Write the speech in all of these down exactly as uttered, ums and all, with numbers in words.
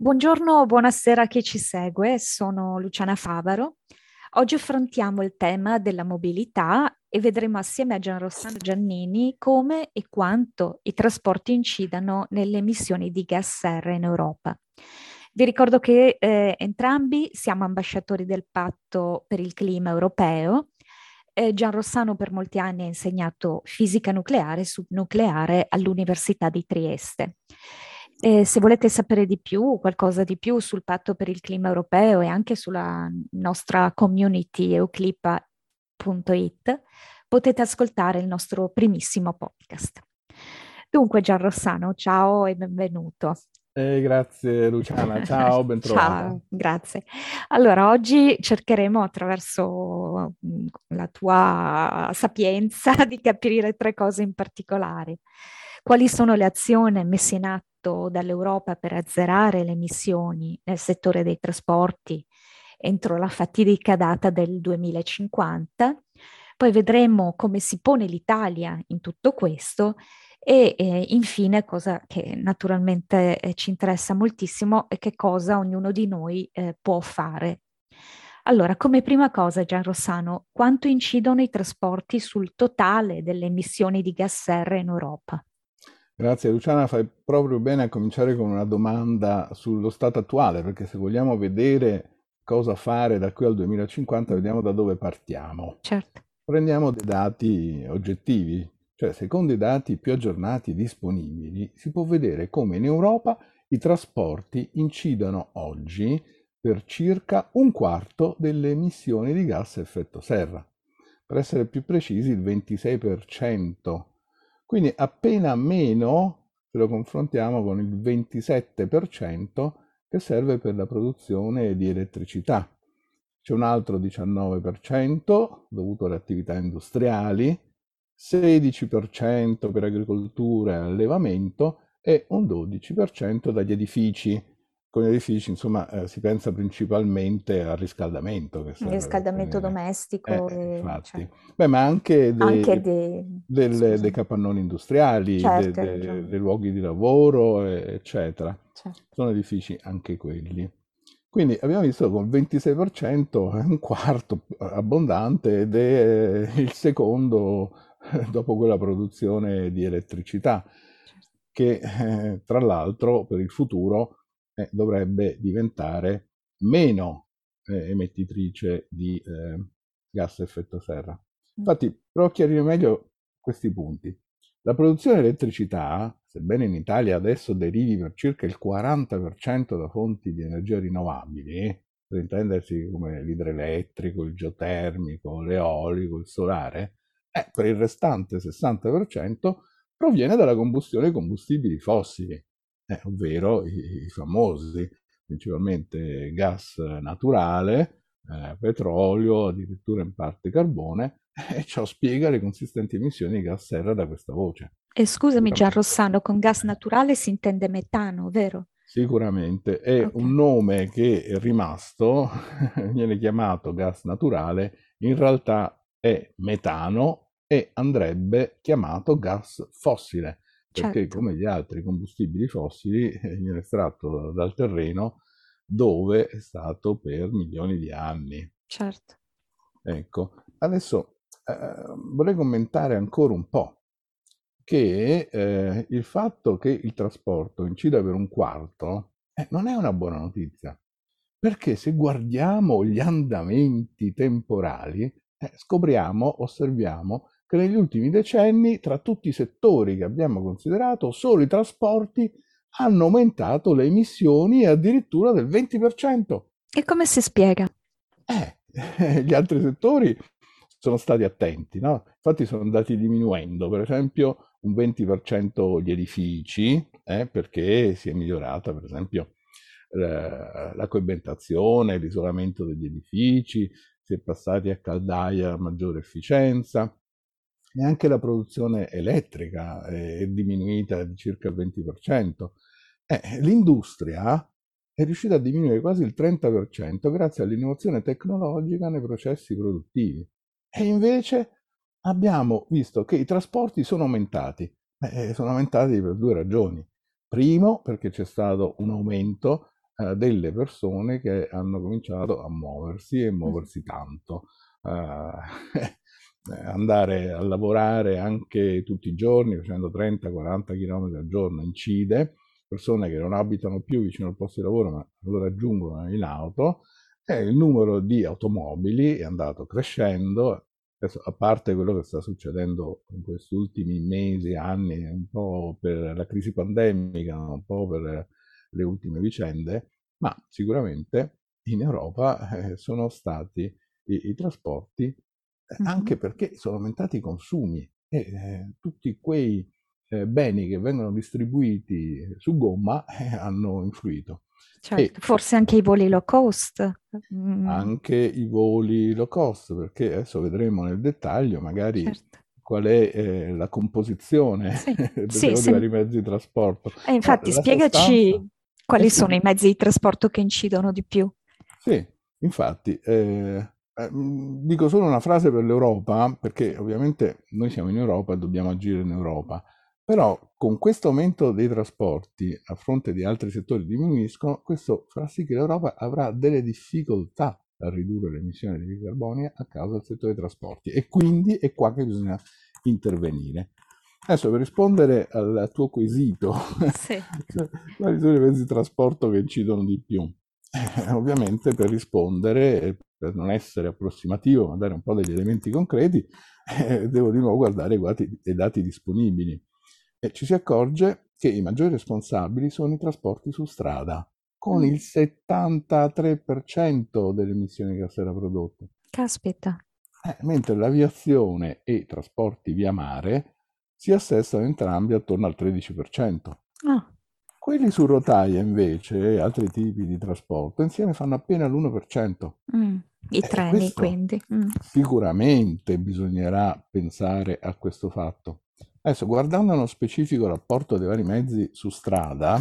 Buongiorno, buonasera a chi ci segue, sono Luciana Favaro. Oggi affrontiamo il tema della mobilità e vedremo assieme a Gianrossano Giannini come e quanto i trasporti incidano nelle emissioni di gas serra in Europa. Vi ricordo che eh, entrambi siamo ambasciatori del Patto per il Clima europeo. Eh, Gianrossano per molti anni ha insegnato fisica nucleare e subnucleare all'Università di Trieste. E se volete sapere di più, qualcosa di più sul Patto per il Clima europeo e anche sulla nostra community euclipa punto it, potete ascoltare il nostro primissimo podcast. Dunque, Gianrossano, ciao e benvenuto. Eh, grazie Luciana, ciao, bentrovata. Ciao, grazie. Allora, oggi cercheremo attraverso mm, la tua sapienza di capire tre cose in particolare. Quali sono le azioni messe in atto dall'Europa per azzerare le emissioni nel settore dei trasporti entro la fatidica data del duemilacinquanta? Poi vedremo come si pone l'Italia in tutto questo e eh, infine, cosa che naturalmente eh, ci interessa moltissimo, è che cosa ognuno di noi eh, può fare. Allora, come prima cosa, Gian Rossano, quanto incidono i trasporti sul totale delle emissioni di gas serra in Europa? Grazie Luciana, fai proprio bene a cominciare con una domanda sullo stato attuale, perché se vogliamo vedere cosa fare da qui al duemilacinquanta, Mm, vediamo da dove partiamo. certo. Prendiamo dei dati oggettivi, cioè secondo i dati più aggiornati disponibili, si può vedere come in Europa i trasporti incidano oggi per circa un quarto delle emissioni di gas a effetto serra. Per essere più precisi, il ventisei per cento. Quindi appena meno se lo confrontiamo con il ventisette per cento che serve per la produzione di elettricità. C'è un altro diciannove per cento dovuto alle attività industriali, sedici per cento per agricoltura e allevamento e un dodici per cento dagli edifici. Con gli edifici, insomma, eh, si pensa principalmente al riscaldamento che Il serve per riscaldamento tenere. Eh, domestico, e, cioè, infatti. Beh, ma anche anche dei, di... del- dei Scusami, capannoni industriali, de- certo, hai de- ragione. dei luoghi di lavoro, eh, eccetera. Certo. Sono edifici anche quelli. Quindi abbiamo visto che con il ventisei per cento è un quarto abbondante ed è il secondo dopo quella produzione di elettricità, Certo. che eh, tra l'altro per il futuro eh, dovrebbe diventare meno eh, emettitrice di eh, gas a effetto serra. Mm. Infatti, provo a chiarire meglio questi punti. La produzione di elettricità, sebbene in Italia adesso derivi per circa il quaranta per cento da fonti di energia rinnovabili, per intendersi come l'idroelettrico, il geotermico, l'eolico, il solare, eh, per il restante sessanta per cento proviene dalla combustione di combustibili fossili, eh, ovvero i, i famosi, principalmente gas naturale, eh, petrolio, addirittura in parte carbone, e ciò spiega le consistenti emissioni di gas serra da questa voce. E scusami, Gian Sicuramente. Rossano, con gas Eh, naturale si intende metano, vero? Sicuramente è Ok, un nome che è rimasto, viene chiamato gas naturale, in realtà è metano e andrebbe chiamato gas fossile, perché certo, come gli altri combustibili fossili eh, viene estratto dal terreno dove è stato per milioni di anni. certo. Ecco, adesso eh, vorrei commentare ancora un po' che eh, il fatto che il trasporto incida per un quarto eh, non è una buona notizia, perché se guardiamo gli andamenti temporali, eh, scopriamo, osserviamo che negli ultimi decenni, tra tutti i settori che abbiamo considerato, solo i trasporti hanno aumentato le emissioni addirittura del venti per cento. E come si spiega? Eh, gli altri settori sono stati attenti, no? Infatti sono andati diminuendo, per esempio un venti per cento gli edifici, eh, perché si è migliorata, per esempio, eh, la coibentazione, l'isolamento degli edifici, si è passati a caldaie a maggiore efficienza e anche la produzione elettrica è diminuita di circa il venti per cento. Eh, l'industria è riuscita a diminuire quasi il trenta per cento grazie all'innovazione tecnologica nei processi produttivi. E invece abbiamo visto che i trasporti sono aumentati. Eh, sono aumentati per due ragioni. Primo, perché c'è stato un aumento eh, delle persone che hanno cominciato a muoversi e Mm. muoversi tanto. Eh, andare a lavorare anche tutti i giorni facendo trenta quaranta km al giorno incide, persone che non abitano più vicino al posto di lavoro ma lo raggiungono in auto, e il numero di automobili è andato crescendo. Adesso, a parte quello che sta succedendo in questi ultimi mesi, anni, un po' per la crisi pandemica, un po' per le ultime vicende, ma sicuramente in Europa eh, sono stati i, i trasporti, eh, Mhm. anche perché sono aumentati i consumi e eh, tutti quei eh, beni che vengono distribuiti su gomma eh, hanno influito. Certo, E forse anche i voli low cost. Mm, anche i voli low cost, perché adesso vedremo nel dettaglio magari certo. qual è eh, la composizione Sì, sì, secondo i se- vari mezzi di trasporto. eh, Però infatti la sostanza, spiegaci eh quali sì, sono i mezzi di trasporto che incidono di più. sì, infatti, eh, eh, mh, dico solo una frase per l'Europa, perché ovviamente noi siamo in Europa e dobbiamo agire in Europa, però con questo aumento dei trasporti a fronte di altri settori diminuiscono, questo farà sì che l'Europa avrà delle difficoltà a ridurre le emissioni di carbonio a causa del settore dei trasporti e quindi è qua che bisogna intervenire. Adesso per rispondere al tuo quesito, Sì. quali sono i mezzi di trasporto che incidono di più? Eh, ovviamente per rispondere, e per non essere approssimativo, ma dare un po' degli elementi concreti, eh, devo di nuovo guardare i dati, i dati disponibili. E ci si accorge che i maggiori responsabili sono i trasporti su strada, con Mm, il settantatré per cento delle emissioni di gas serra prodotte, caspita. eh, mentre l'aviazione e i trasporti via mare si assestano entrambi attorno al tredici per cento. Ah, Quelli su rotaia invece e altri tipi di trasporto insieme fanno appena l'uno per cento. mm, i E treni, questo quindi. Mm, sicuramente bisognerà pensare a questo fatto. Adesso, guardando nello specifico rapporto dei vari mezzi su strada,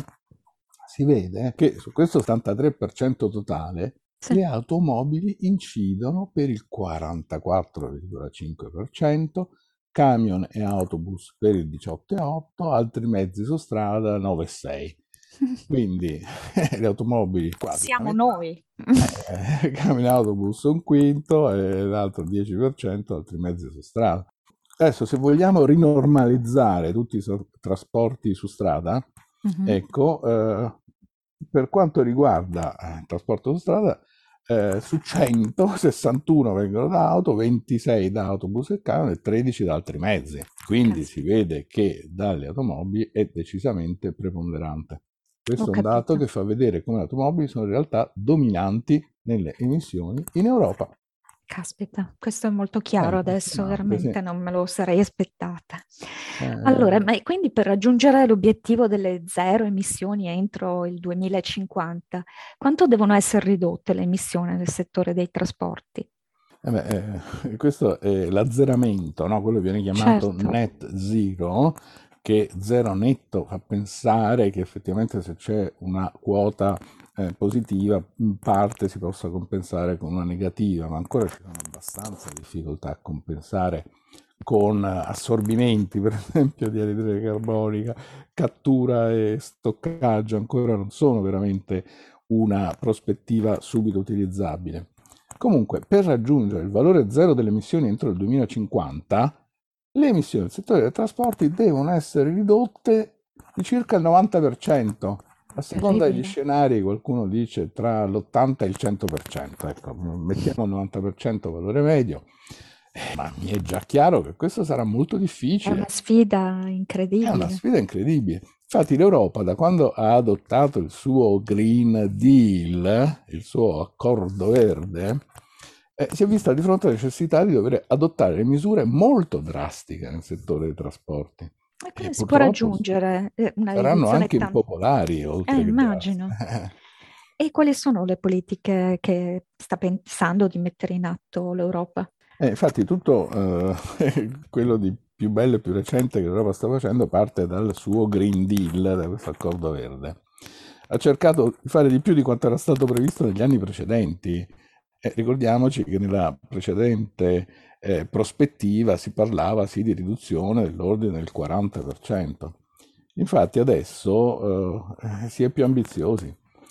si vede che su questo settantatré per cento totale sì. le automobili incidono per il quarantaquattro virgola cinque per cento, camion e autobus per il diciotto virgola otto per cento, altri mezzi su strada nove virgola sei per cento. Quindi le automobili quasi la Siamo metà, noi. eh, camion e autobus un quinto e l'altro dieci per cento altri mezzi su strada. Adesso, se vogliamo rinormalizzare tutti i so- trasporti su strada, Mhm. ecco, eh, per quanto riguarda eh, il trasporto su strada, eh, su cento, sessantuno vengono da auto, ventisei da autobus e camion e tredici da altri mezzi. Quindi si Caspita, vede che dalle automobili è decisamente preponderante. ho Questo è un dato capito. che fa vedere come le automobili sono in realtà dominanti nelle emissioni in Europa. Caspita, questo è molto È chiaro adesso, impressionante, sì. veramente non me lo sarei aspettata. Allora, Eh, ma quindi per raggiungere l'obiettivo delle zero emissioni entro il duemilacinquanta, quanto devono essere ridotte le emissioni nel settore dei trasporti? Eh beh, eh, questo è l'azzeramento, no? Quello viene chiamato Certo. net zero, che zero netto fa pensare che effettivamente se c'è una quota eh, positiva, in parte si possa compensare con una negativa, ma ancora ci sono abbastanza difficoltà a compensare con assorbimenti, per esempio, di anidride carbonica, cattura e stoccaggio, ancora non sono veramente una prospettiva subito utilizzabile. Comunque, per raggiungere il valore zero delle emissioni entro il duemilacinquanta, le emissioni del settore dei trasporti devono essere ridotte di circa il novanta per cento. A seconda degli Terribile. scenari, qualcuno dice tra l'ottanta e il cento per cento. Ecco, mettiamo il novanta per cento valore medio. Eh, ma mi è già chiaro che questo sarà molto È una difficile. sfida È una incredibile. sfida incredibile. Infatti l'Europa, da quando ha adottato il suo Green Deal, il suo accordo verde, eh, si è vista di fronte alla necessità di dover adottare misure molto drastiche nel settore dei trasporti. E E come si può purtroppo raggiungere eh, una saranno riduzione anche tan... impopolari, Eh, oltre che immagino. drastiche. E quali sono le politiche che sta pensando di mettere in atto l'Europa? Eh, infatti tutto eh, quello di più bello e più recente che l'Europa sta facendo parte dal suo Green Deal, da questo accordo verde. Ha cercato di fare di più di quanto era stato previsto negli anni precedenti. Eh, ricordiamoci che nella precedente eh, prospettiva si parlava sì di riduzione dell'ordine del quaranta per cento. Infatti adesso eh, si è più ambiziosi.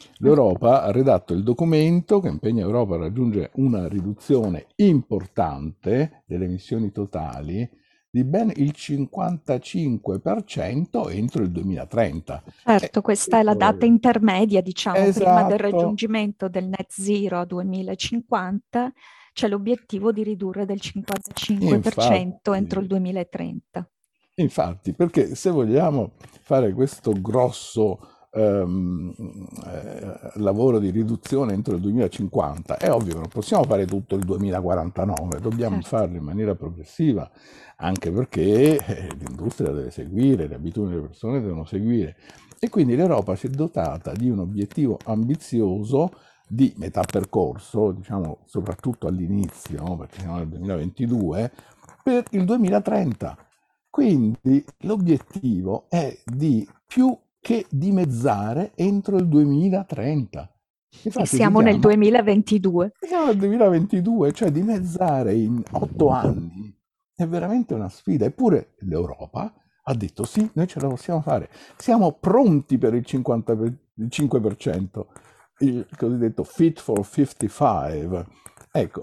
L'Europa ha redatto il documento che impegna l'Europa a raggiungere una riduzione importante delle emissioni totali di ben il cinquantacinque per cento entro il duemilatrenta. E Certo, questa è la data questo- intermedia, diciamo, prima del Esatto, raggiungimento del net zero a duemilacinquanta, c'è l'obiettivo di ridurre del cinquantacinque per cento entro il infatti. duemilatrenta. Infatti, perché se vogliamo fare questo grosso ehm, eh, lavoro di riduzione entro il duemilacinquanta, è ovvio che non possiamo fare tutto il duemilaquarantanove, dobbiamo Certo. farlo in maniera progressiva, anche perché eh, l'industria deve seguire, le abitudini delle persone devono seguire. E quindi l'Europa si è dotata di un obiettivo ambizioso di metà percorso, diciamo soprattutto all'inizio, perché siamo nel duemilaventidue, per il duemilatrenta. Quindi l'obiettivo è di più che dimezzare entro il duemilatrenta. E Infatti si siamo nel chiama, duemilaventidue. siamo nel duemilaventidue, cioè dimezzare in otto anni è veramente una sfida. Eppure l'Europa ha detto sì, noi ce la possiamo fare. Siamo pronti per il cinquanta per- il cinque per cento, il cosiddetto Fit for cinquantacinque. Ecco,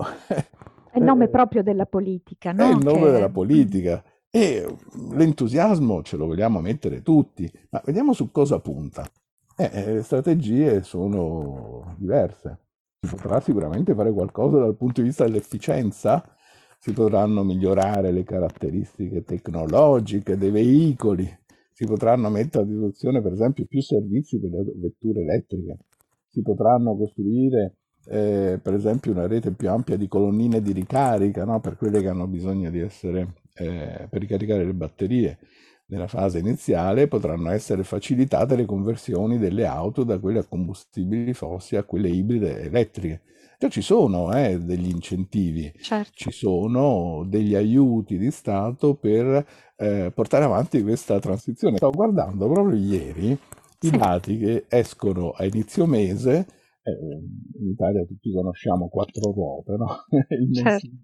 È il nome eh, proprio della politica, è il no? nome Che... della mm, politica e l'entusiasmo ce lo vogliamo mettere tutti, ma vediamo su cosa punta. Eh, eh, le strategie sono diverse. Si potrà sicuramente fare qualcosa dal punto di vista dell'efficienza, si potranno migliorare le caratteristiche tecnologiche dei veicoli, si potranno mettere a disposizione per esempio più servizi per le vetture elettriche, si potranno costruire eh, per esempio una rete più ampia di colonnine di ricarica, no? Per quelle che hanno bisogno di essere, eh, per ricaricare le batterie nella fase iniziale, potranno essere facilitate le conversioni delle auto da quelle a combustibili fossili a quelle ibride elettriche. Già ci sono eh, degli incentivi, certo, ci sono degli aiuti di Stato per eh, portare avanti questa transizione. Stavo guardando proprio ieri i sì. dati che escono a inizio mese. Eh, in Italia tutti conosciamo Quattro Ruote, no? Il Certo. mensile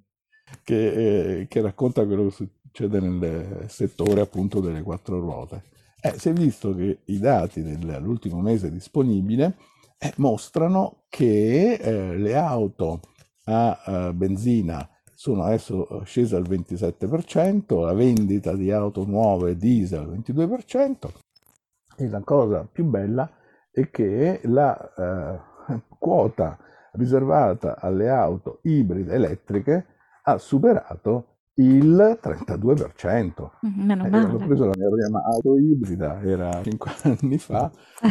che, eh, che racconta quello che succede nel settore appunto delle quattro ruote. Eh, si è visto che i dati dell'ultimo mese disponibile eh, mostrano che eh, le auto a eh, benzina sono adesso scese al ventisette per cento, la vendita di auto nuove diesel al ventidue per cento e la cosa più bella è che la eh, quota riservata alle auto ibride elettriche ha superato il trentadue per cento. Mm, meno Eh, io ho male. preso la mia prima auto ibrida, era cinque anni fa,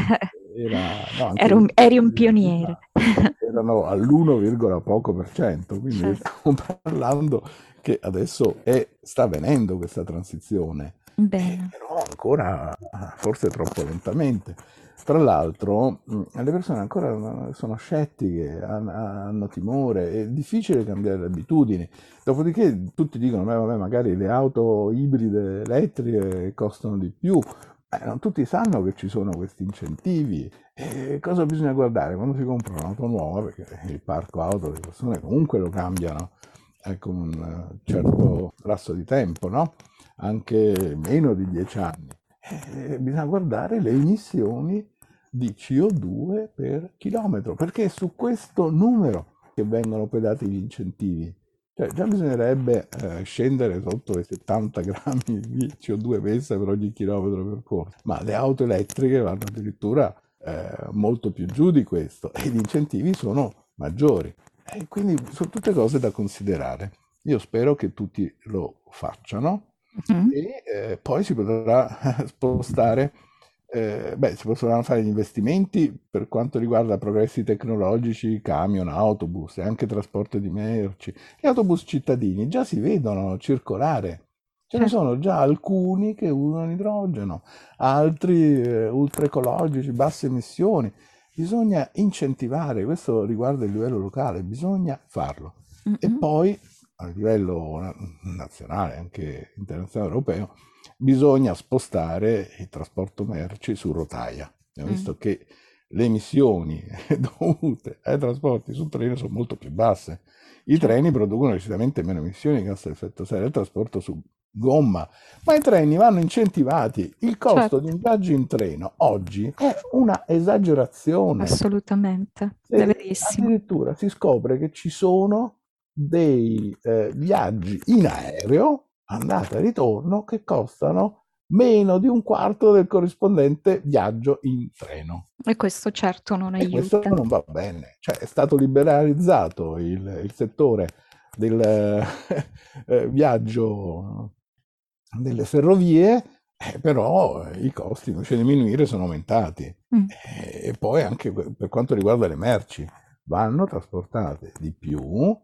era, no, anche Eri un, eri un dieci anni pioniere. fa, erano all'uno, poco per cento, quindi Certo. stiamo parlando che adesso è, sta avvenendo questa transizione, eh, Bene. però ancora forse troppo lentamente. Tra l'altro, mh, le persone ancora sono scettiche, han- hanno timore, è difficile cambiare le abitudini. Dopodiché tutti dicono, "Beh, vabbè, magari le auto ibride elettriche costano di più." Eh, non tutti sanno che ci sono questi incentivi. E cosa bisogna guardare quando si compra un'auto nuova? Perché il parco auto le persone comunque lo cambiano eh, con un eh, certo lasso di tempo, no? Anche meno di dieci anni. Eh, bisogna guardare le emissioni di C O due per chilometro, perché è su questo numero che vengono poi dati gli incentivi. Cioè, già bisognerebbe eh, scendere sotto i settanta grammi di C O due messa per ogni chilometro percorso, ma le auto elettriche vanno addirittura eh, molto più giù di questo e gli incentivi sono maggiori. E quindi sono tutte cose da considerare. Io spero che tutti lo facciano Mhm. e eh, poi si potrà spostare, eh, beh, si potranno fare gli investimenti per quanto riguarda progressi tecnologici, camion, autobus e anche trasporto di merci. Gli autobus cittadini già si vedono circolare. Ce ne Certo. sono già alcuni che usano idrogeno, altri eh, ultra ecologici, basse emissioni. Bisogna incentivare, questo riguarda il livello locale, bisogna farlo. E Mhm. poi a livello na- nazionale, anche internazionale europeo, bisogna spostare il trasporto merci su rotaia. Abbiamo Mm. visto che le emissioni dovute ai trasporti su treno sono molto più basse. I Certo. treni producono decisamente meno emissioni di gas a effetto serra, il trasporto su gomma, ma i treni vanno incentivati. Il costo di certo, un viaggio in treno oggi è una esagerazione. assolutamente, è Se verissimo. addirittura si scopre che ci sono dei eh, viaggi in aereo, andata e ritorno, che costano meno di un quarto del corrispondente viaggio in treno. E questo certo non E questo aiuta. non va bene. Cioè, è stato liberalizzato il, il settore del eh, viaggio delle ferrovie, eh, però i costi invece di diminuire sono aumentati. Mm, Eh, E poi anche que- per quanto riguarda le merci, vanno trasportate di più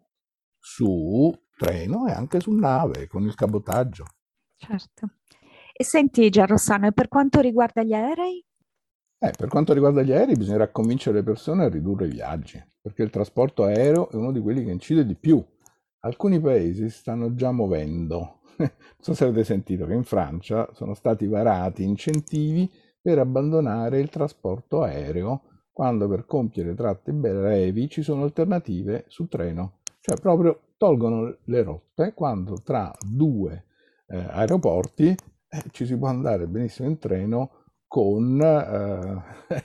su treno e anche su nave con il cabotaggio. certo. E senti, Gianrossano, e per quanto riguarda gli aerei? Eh, per quanto riguarda gli aerei, bisognerà convincere le persone a ridurre i viaggi, perché il trasporto aereo è uno di quelli che incide di più. Alcuni paesi si stanno già muovendo. Non so se avete sentito che in Francia sono stati varati incentivi per abbandonare il trasporto aereo quando per compiere tratte brevi ci sono alternative su treno. Cioè proprio tolgono le rotte quando tra due eh, aeroporti eh, ci si può andare benissimo in treno con eh,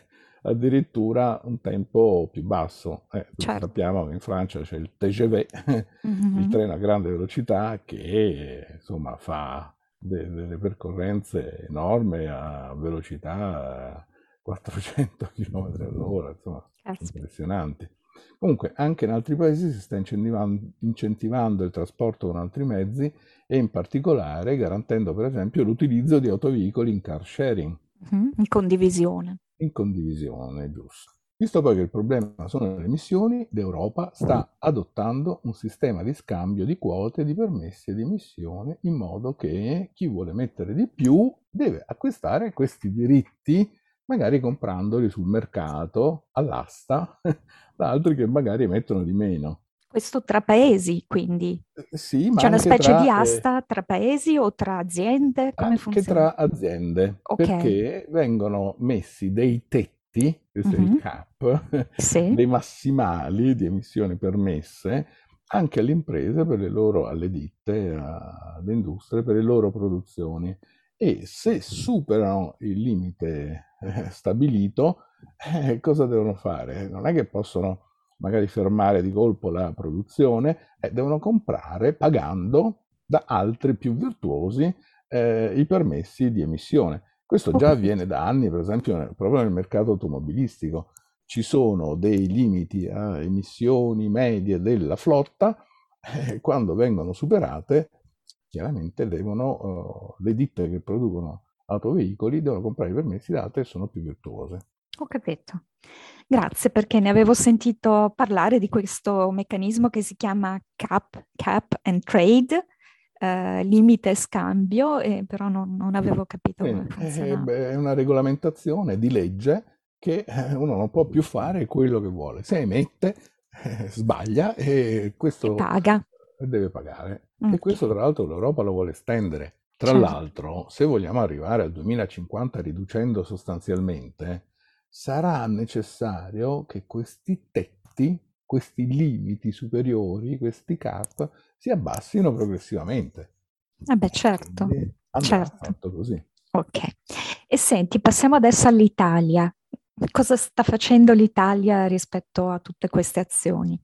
addirittura un tempo più basso. Eh, tutti Certo. sappiamo che in Francia c'è il T G V, il Mhm. treno a grande velocità che insomma fa de- delle percorrenze enormi a velocità quattrocento chilometri all'ora, insomma, Caspita. impressionanti. Comunque, anche in altri paesi si sta incentivan- incentivando il trasporto con altri mezzi e in particolare garantendo per esempio l'utilizzo di autoveicoli in car sharing, Mhm. In condivisione. in condivisione, giusto. Visto poi che il problema sono le emissioni, l'Europa sta adottando un sistema di scambio di quote di permessi di emissione in modo che chi vuole mettere di più deve acquistare questi diritti, magari comprandoli sul mercato all'asta da altri che magari emettono di meno. Questo tra paesi, quindi. Eh, Sì, ma C'è una anche specie di tra eh, asta tra paesi o tra aziende? Come Anche funziona? tra aziende, Ok. perché vengono messi dei tetti, questo è il Mhm. cap, Sì. dei massimali di emissioni permesse anche alle imprese, per le loro, alle ditte, alle industrie, per le loro produzioni. E se superano il limite eh, stabilito, eh, cosa devono fare? Non è che possono magari fermare di colpo la produzione, eh, devono comprare pagando da altri più virtuosi eh, i permessi di emissione. Questo Ho già capito. avviene da anni, per esempio, nel- proprio nel mercato automobilistico. Ci sono dei limiti a emissioni medie della flotta, eh, quando vengono superate, chiaramente devono, eh, le ditte che producono autoveicoli devono comprare i permessi da altre che sono più virtuose. Ho capito. Grazie perché ne avevo sentito parlare di questo meccanismo che si chiama cap, cap and trade, eh, limite e scambio, e però non, non avevo capito come Eh, eh, funzionava. beh, è una regolamentazione di legge che eh, uno non può più fare quello che vuole. Se emette, eh, sbaglia e E questo paga. deve pagare. E Ok, questo, tra l'altro, l'Europa lo vuole estendere. Tra certo. l'altro, se vogliamo arrivare al duemilacinquanta riducendo sostanzialmente, sarà necessario che questi tetti, questi limiti superiori, questi cap, si abbassino progressivamente. Eh beh, E certo, quindi andrà certo. fatto così. Ok. E senti, passiamo adesso all'Italia. Cosa sta facendo l'Italia rispetto a tutte queste azioni?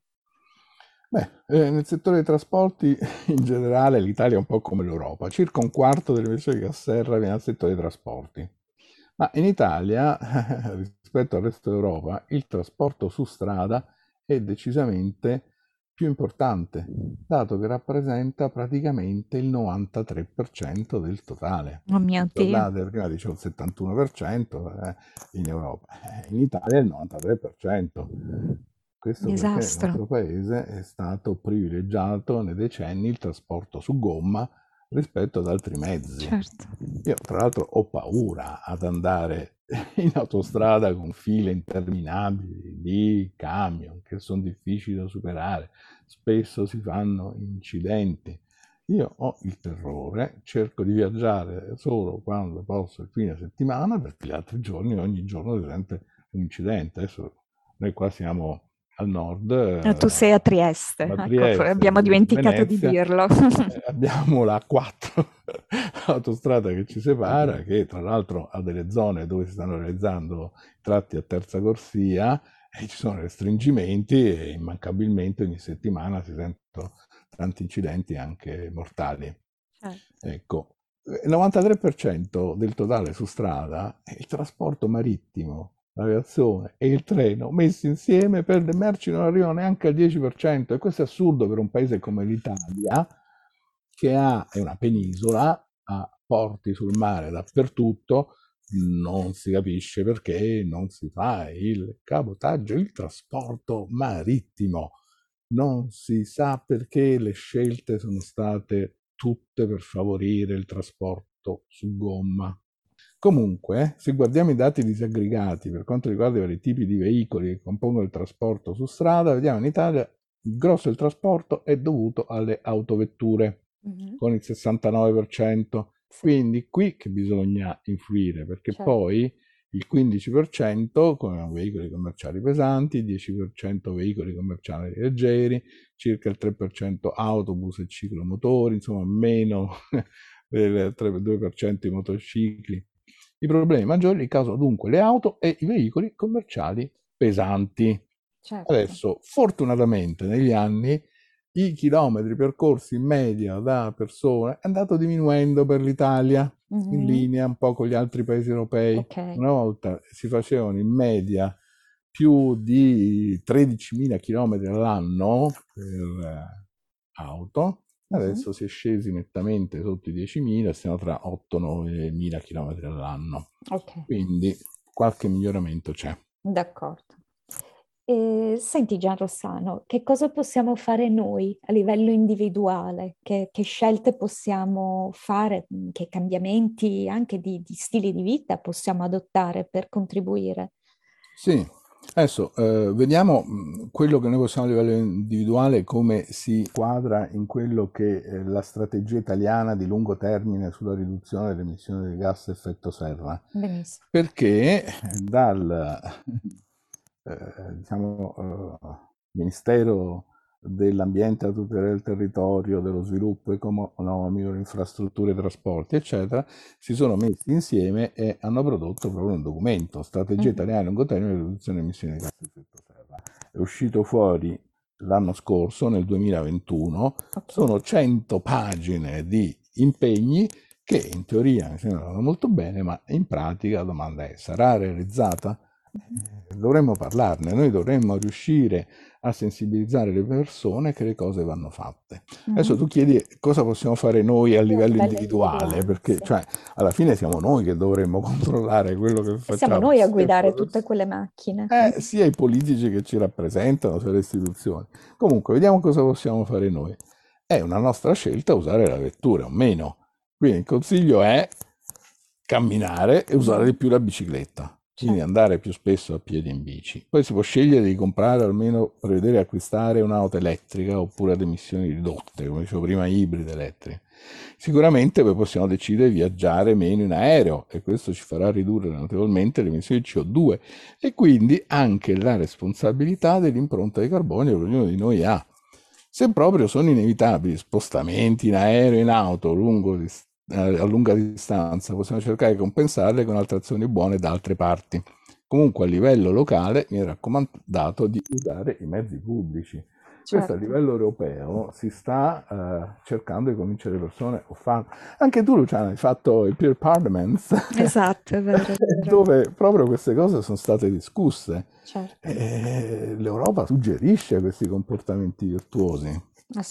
Beh, eh, nel settore dei trasporti in generale l'Italia è un po' come l'Europa, circa un quarto delle emissioni di gas serra viene dal settore dei trasporti. Ma in Italia, rispetto al resto d'Europa, il trasporto su strada è decisamente più importante, dato che rappresenta praticamente il novantatré per cento del totale. Oh mio Dio, Ricordate, prima dicevo il settantuno per cento eh, in Europa, Eh, in Italia è il novantatré per cento. Questo perché nel disastro. nostro paese è stato privilegiato nei decenni il trasporto su gomma rispetto ad altri mezzi. Certo. Io, tra l'altro, ho paura ad andare in autostrada con file interminabili di camion che sono difficili da superare, spesso si fanno incidenti. Io ho il terrore, cerco di viaggiare solo quando posso il fine settimana, perché gli altri giorni, ogni giorno si sente un incidente. Adesso noi qua siamo al nord, Eh, Tu sei a Trieste, a ecco, for- Trieste, abbiamo dimenticato di Venezia, dirlo. eh, abbiamo la A quattro, autostrada che ci separa, che tra l'altro ha delle zone dove si stanno realizzando tratti a terza corsia e ci sono restringimenti e immancabilmente ogni settimana si sentono tanti incidenti anche mortali. Certo. Ecco, il novantatré per cento del totale su strada è il trasporto marittimo, l'aviazione e il treno messi insieme per le merci non arrivano neanche al dieci per cento e questo è assurdo per un paese come l'Italia che ha, è una penisola, ha porti sul mare dappertutto, non si capisce perché non si fa il cabotaggio, il trasporto marittimo. Non si sa perché le scelte sono state tutte per favorire il trasporto su gomma. Comunque, se guardiamo i dati disaggregati per quanto riguarda i vari tipi di veicoli che compongono il trasporto su strada, vediamo in Italia il grosso del trasporto è dovuto alle autovetture, Mhm. con il sessantanove per cento. Sì, Quindi qui che bisogna influire, perché certo. poi il quindici per cento con veicoli commerciali pesanti, il dieci per cento veicoli commerciali leggeri, circa il tre per cento autobus e ciclomotori, insomma meno del due per cento i motocicli. I problemi maggiori causano dunque le auto e i veicoli commerciali pesanti. Certo. Adesso, fortunatamente, negli anni i chilometri percorsi in media da persone è andato diminuendo per l'Italia, in Mhm. linea un po' con gli altri paesi europei. Ok. Una volta si facevano in media più di tredicimila chilometri all'anno per eh, auto, Mhm. adesso si è scesi nettamente sotto i diecimila, stiamo tra otto nove mila chilometri all'anno. Ok, Quindi qualche miglioramento c'è. d'accordo. E, senti Gian Rossano, che cosa possiamo fare noi a livello individuale? Che, che scelte possiamo fare? mh, Che cambiamenti anche di, di stili di vita possiamo adottare per contribuire? Sì, adesso eh, vediamo mh, quello che noi possiamo a livello individuale, come si quadra in quello che è la strategia italiana di lungo termine sulla riduzione delle emissioni di gas a effetto serra. Benissimo. Perché dal eh, diciamo, eh, Ministero dell'Ambiente, della tutela del territorio, dello sviluppo economico, delle infrastrutture, trasporti, eccetera, si sono messi insieme e hanno prodotto proprio un documento, Strategia Mhm. italiana a lungo termine di riduzione delle emissioni di gas a effetto serra. È uscito fuori l'anno scorso, nel duemilaventuno, Ok. sono cento pagine di impegni che in teoria mi sembrano molto bene, ma in pratica la domanda è: sarà realizzata? Mhm. Eh, Dovremmo parlarne, noi dovremmo riuscire a sensibilizzare le persone che le cose vanno fatte. Adesso Mhm. tu chiedi cosa possiamo fare noi a Sì, a livello livello individuale, individuale, perché sì. cioè, alla fine siamo noi che dovremmo controllare quello che E siamo facciamo, noi a sia, guidare tutte quelle macchine. eh, Mhm. sia i politici che ci rappresentano, sia le istituzioni. Comunque, vediamo cosa possiamo fare noi. È una nostra scelta usare la vettura o meno. Quindi il consiglio è camminare e usare di Mhm. più la bicicletta, quindi Certo. andare più spesso a piedi in bici. Poi si può scegliere di comprare, almeno prevedere di acquistare un'auto elettrica oppure ad emissioni ridotte, come dicevo prima, ibride elettriche. Sicuramente poi possiamo decidere di viaggiare meno in aereo e questo ci farà ridurre notevolmente le emissioni di C O due e quindi anche la responsabilità dell'impronta di carbonio che ognuno di noi ha. Se proprio sono inevitabili spostamenti in aereo e in auto lungo dis- eh, a lunga distanza, possiamo cercare di compensarle con altre azioni buone da altre parti. Comunque a livello locale mi è raccomandato di usare i mezzi pubblici. Questo a Certo. livello europeo si sta eh, cercando di convincere le persone a farlo. Anche tu, Luciano, hai fatto il peer parliaments, Esatto, è vero, è vero. dove proprio queste cose sono state discusse. Certo, E l'Europa suggerisce questi comportamenti virtuosi.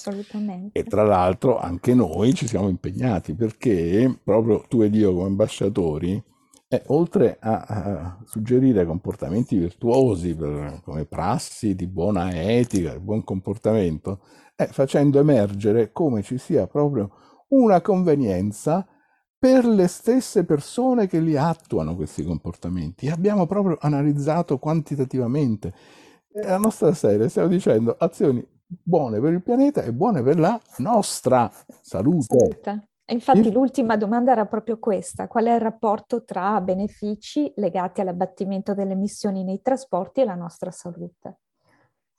E assolutamente. tra l'altro anche noi ci siamo impegnati perché proprio tu ed io come ambasciatori, eh, oltre a, a suggerire comportamenti virtuosi per- come prassi di buona etica, di buon comportamento, eh, facendo emergere come ci sia proprio una convenienza per le stesse persone che li attuano questi comportamenti. Abbiamo proprio analizzato quantitativamente. E la nostra serie stiamo dicendo azioni buone per il pianeta e buone per la nostra salute. Salute. E infatti In- l'ultima domanda era proprio questa: qual è il rapporto tra benefici legati all'abbattimento delle emissioni nei trasporti e la nostra salute?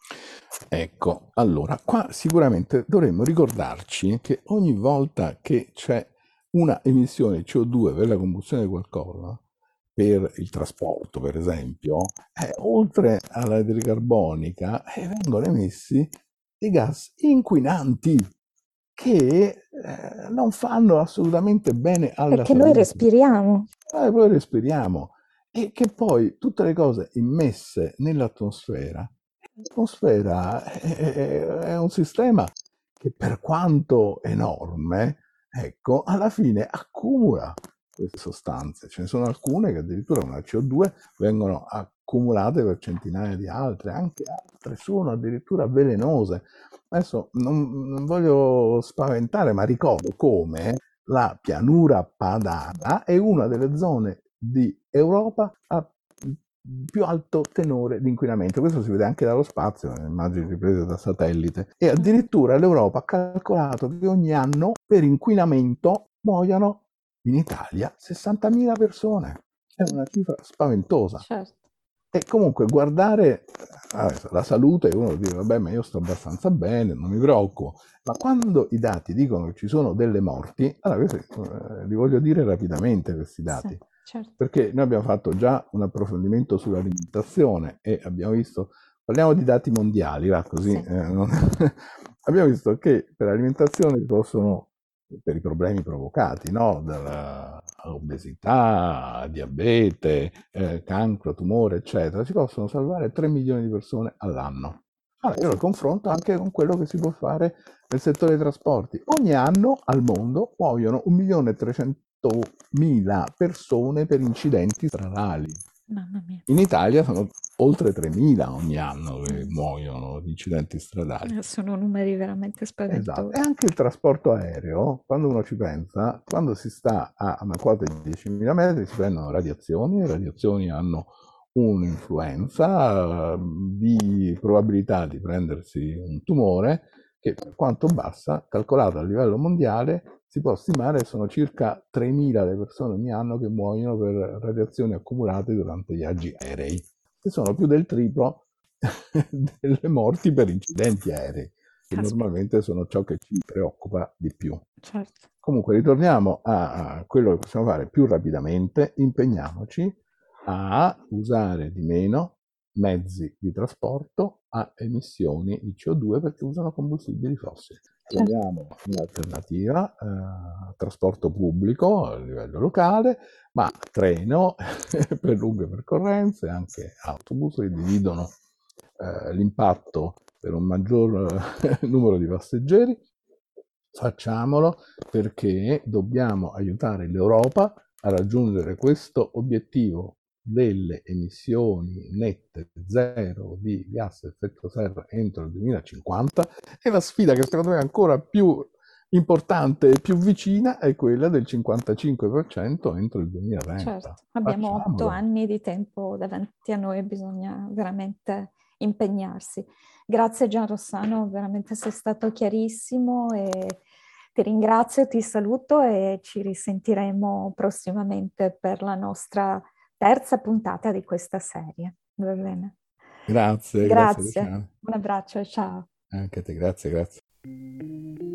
Ecco, allora, qua sicuramente dovremmo ricordarci che ogni volta che c'è una emissione di C O due per la combustione di qualcosa, per il trasporto per esempio, eh, oltre all'anidride carbonica eh, vengono emessi dei gas inquinanti che eh, non fanno assolutamente bene alla Perché noi salute. respiriamo. Eh, poi respiriamo e che poi tutte le cose immesse nell'atmosfera, l'atmosfera è, è- è un sistema che per quanto enorme, ecco, alla fine accumula queste sostanze. Ce ne sono alcune che addirittura con la C O due vengono accumulate per centinaia di altre, anche altre sono addirittura velenose. Adesso non, non voglio spaventare, ma ricordo come la pianura padana è una delle zone di Europa a più alto tenore di inquinamento. Questo si vede anche dallo spazio, immagini riprese da satellite. E addirittura l'Europa ha calcolato che ogni anno per inquinamento muoiono in Italia sessantamila persone. È una cifra spaventosa. Certo. E comunque guardare eh, la salute, uno dice, vabbè, ma io sto abbastanza bene, non mi preoccupo. Ma quando i dati dicono che ci sono delle morti, allora questi, eh, li voglio dire rapidamente questi Sì, dati, certo. perché noi abbiamo fatto già un approfondimento sull'alimentazione e abbiamo visto, parliamo di dati mondiali, va così, Sì. eh, non- abbiamo visto che per l'alimentazione si possono, per i problemi provocati, no? Dall'obesità, diabete, eh, cancro, tumore, eccetera, si possono salvare tre milioni di persone all'anno. Allora, io lo confronto anche con quello che si può fare nel settore dei trasporti. Ogni anno al mondo muoiono un milione e trecentomila persone per incidenti stradali. Mamma mia. In Italia sono oltre tremila ogni anno che Mm. muoiono di incidenti stradali. Eh, Sono numeri veramente Esatto, e spaventosi. anche il trasporto aereo, quando uno ci pensa, quando si sta a una quota di diecimila metri si prendono radiazioni, le radiazioni hanno un'influenza eh, di probabilità di prendersi un tumore che per quanto bassa, calcolata a livello mondiale, si può stimare sono circa tremila le persone ogni anno che muoiono per radiazioni accumulate durante i viaggi aerei, che sono più del triplo delle morti per incidenti aerei che Caspita, normalmente sono ciò che ci preoccupa di più. certo. Comunque ritorniamo a, a quello che possiamo fare più rapidamente, impegniamoci a usare di meno mezzi di trasporto a emissioni di C O due perché usano combustibili fossili. Certo. Troviamo un'alternativa, eh, trasporto pubblico a livello locale, ma treno per lunghe percorrenze, anche autobus che dividono eh, l'impatto per un maggior eh, numero di passeggeri. Facciamolo perché dobbiamo aiutare l'Europa a raggiungere questo obiettivo delle emissioni nette zero di gas a effetto serra entro il duemilacinquanta e la sfida che secondo me è ancora più importante e più vicina è quella del cinquantacinque per cento entro il duemilaventi. Certo, abbiamo otto Facciamolo. anni di tempo davanti a noi, bisogna veramente impegnarsi. Grazie Gian Rossano, veramente sei stato chiarissimo e ti ringrazio, ti saluto e ci risentiremo prossimamente per la nostra terza puntata di questa serie. Va bene? Grazie, grazie Grazie, Luciano. un abbraccio, ciao. Anche a te, grazie, grazie.